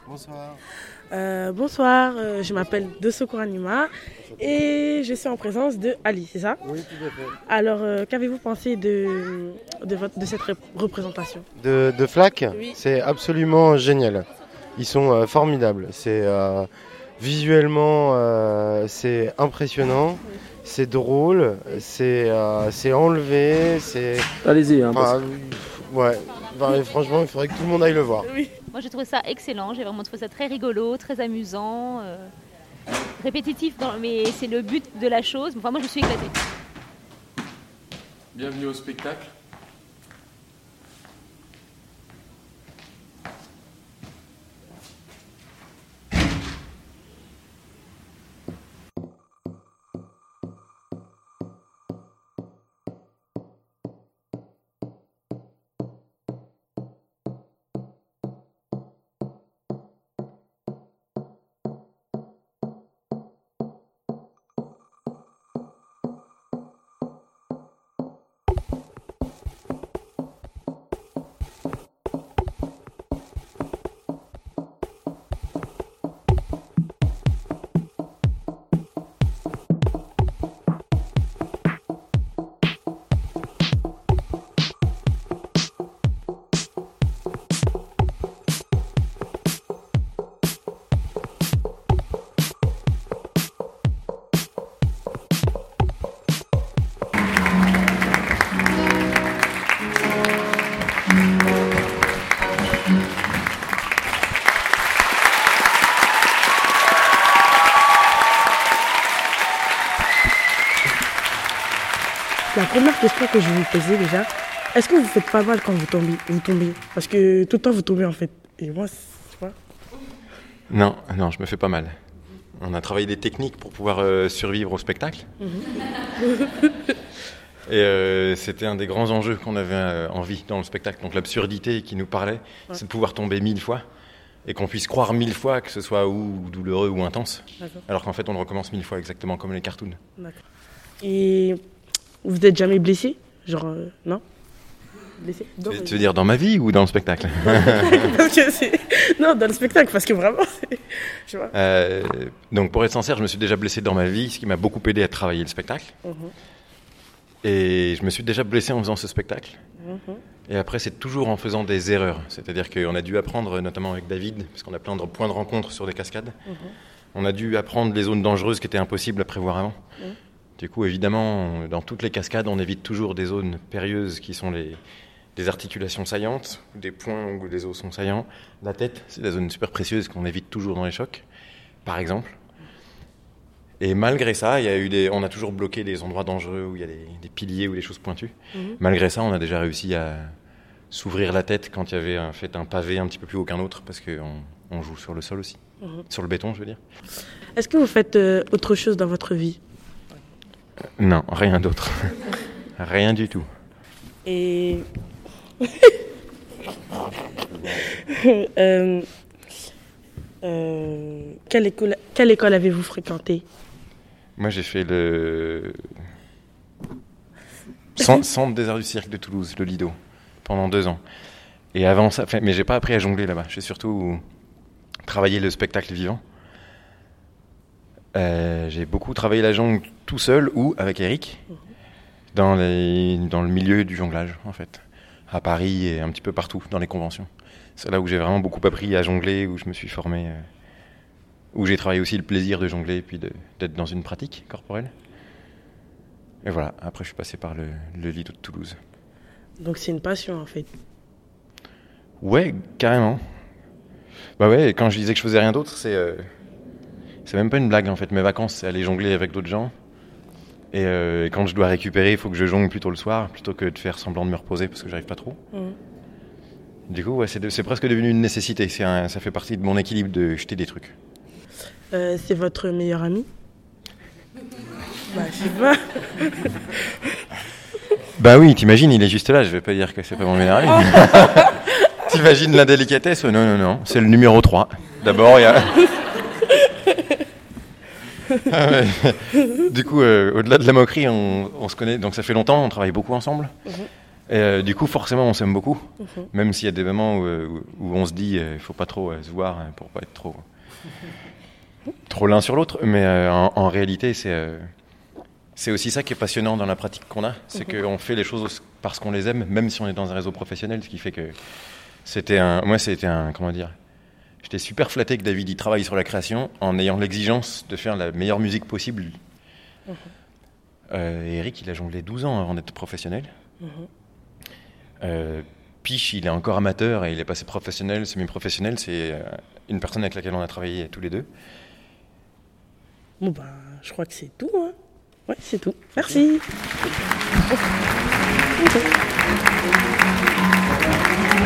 Bonsoir. Bonsoir, je m'appelle De Secours Anima et je suis en présence de Ali, c'est ça? Oui, tout à fait. Alors, qu'avez-vous pensé de cette représentation? De FLAC, Oui. c'est absolument génial. Ils sont formidables. Visuellement, c'est impressionnant. C'est drôle. C'est enlevé. Allez-y. Ouais. Franchement, il faudrait que tout le monde aille le voir. Oui. Moi j'ai trouvé ça excellent, j'ai vraiment trouvé ça très rigolo, très amusant, répétitif, mais c'est le but de la chose. Enfin, moi je me suis éclatée. Bienvenue au spectacle. La première question que je vais vous poser déjà, est-ce que vous faites pas mal quand vous tombez? Parce que tout le temps vous tombez en fait. Et moi, c'est pas. Non, je me fais pas mal. On a travaillé des techniques pour pouvoir survivre au spectacle. Et c'était un des grands enjeux qu'on avait envie dans le spectacle. Donc l'absurdité qui nous parlait, c'est de pouvoir tomber 1000 fois et qu'on puisse croire 1000 fois que ce soit ou douloureux ou intense. D'accord. Alors qu'en fait, on le recommence 1000 fois exactement comme les cartoons. D'accord. Et vous êtes jamais blessé? Genre, non? Blessé? Tu veux dire dans ma vie ou dans le spectacle? Parce que non, dans le spectacle, parce que vraiment, je vois. Donc pour être sincère, je me suis déjà blessé dans ma vie, ce qui m'a beaucoup aidé à travailler le spectacle. Et je me suis déjà blessé en faisant ce spectacle. Et après, c'est toujours en faisant des erreurs. C'est-à-dire qu'on a dû apprendre, notamment avec David, parce qu'on a plein de points de rencontre sur des cascades, on a dû apprendre les zones dangereuses qui étaient impossibles à prévoir avant. Du coup, évidemment, dans toutes les cascades, on évite toujours des zones périlleuses qui sont des articulations saillantes, des points où les os sont saillants. La tête, c'est la zone super précieuse qu'on évite toujours dans les chocs, par exemple. Et malgré ça, on a toujours bloqué des endroits dangereux où il y a des piliers ou des choses pointues. Malgré ça, on a déjà réussi à s'ouvrir la tête quand il y avait un pavé un petit peu plus haut qu'un autre, parce qu'on joue sur le sol aussi, sur le béton, je veux dire. Est-ce que vous faites autre chose dans votre vie? Non, rien d'autre. Rien du tout. Et quelle école avez-vous fréquenté? Moi, j'ai fait le Centre des Arts du Cirque de Toulouse, le Lido, pendant 2 ans. Et avant ça, mais j'ai pas appris à jongler là-bas. J'ai surtout travaillé le spectacle vivant. J'ai beaucoup travaillé la jongle tout seul ou avec Eric dans le milieu du jonglage, en fait, à Paris et un petit peu partout dans les conventions. C'est là où j'ai vraiment beaucoup appris à jongler, où je me suis formé, où j'ai travaillé aussi le plaisir de jongler et puis d'être dans une pratique corporelle. Et voilà, après je suis passé par le Lido de Toulouse. Donc c'est une passion en fait. Ouais, carrément. Bah ouais, et quand je disais que je faisais rien d'autre, c'est même pas une blague en fait. Mes vacances, c'est aller jongler avec d'autres gens. Et quand je dois récupérer, il faut que je jongle plutôt le soir, plutôt que de faire semblant de me reposer parce que j'arrive pas trop. Du coup, ouais, c'est presque devenu une nécessité. Ça fait partie de mon équilibre de jeter des trucs. C'est votre meilleur ami? Bah, je sais pas. Bah oui, t'imagines, il est juste là. Je vais pas dire que c'est pas mon meilleur ami. T'imagines la délicatesse? Non. C'est le numéro 3. D'abord, il y a... Du coup, au-delà de la moquerie, on se connaît, donc ça fait longtemps, on travaille beaucoup ensemble. Et, du coup, forcément, on s'aime beaucoup, même s'il y a des moments où on se dit il faut pas trop se voir pour pas être trop l'un sur l'autre. Mais en réalité, c'est aussi ça qui est passionnant dans la pratique qu'on a, c'est qu'on fait les choses parce qu'on les aime, même si on est dans un réseau professionnel, ce qui fait que comment dire, j'étais super flatté que David y travaille sur la création en ayant l'exigence de faire la meilleure musique possible. Eric, il a jonglé 12 ans avant d'être professionnel. Piche, il est encore amateur et il est passé professionnel, semi-professionnel. C'est une personne avec laquelle on a travaillé tous les deux. Bon, bah, je crois que c'est tout. Hein. Ouais, c'est tout. Merci.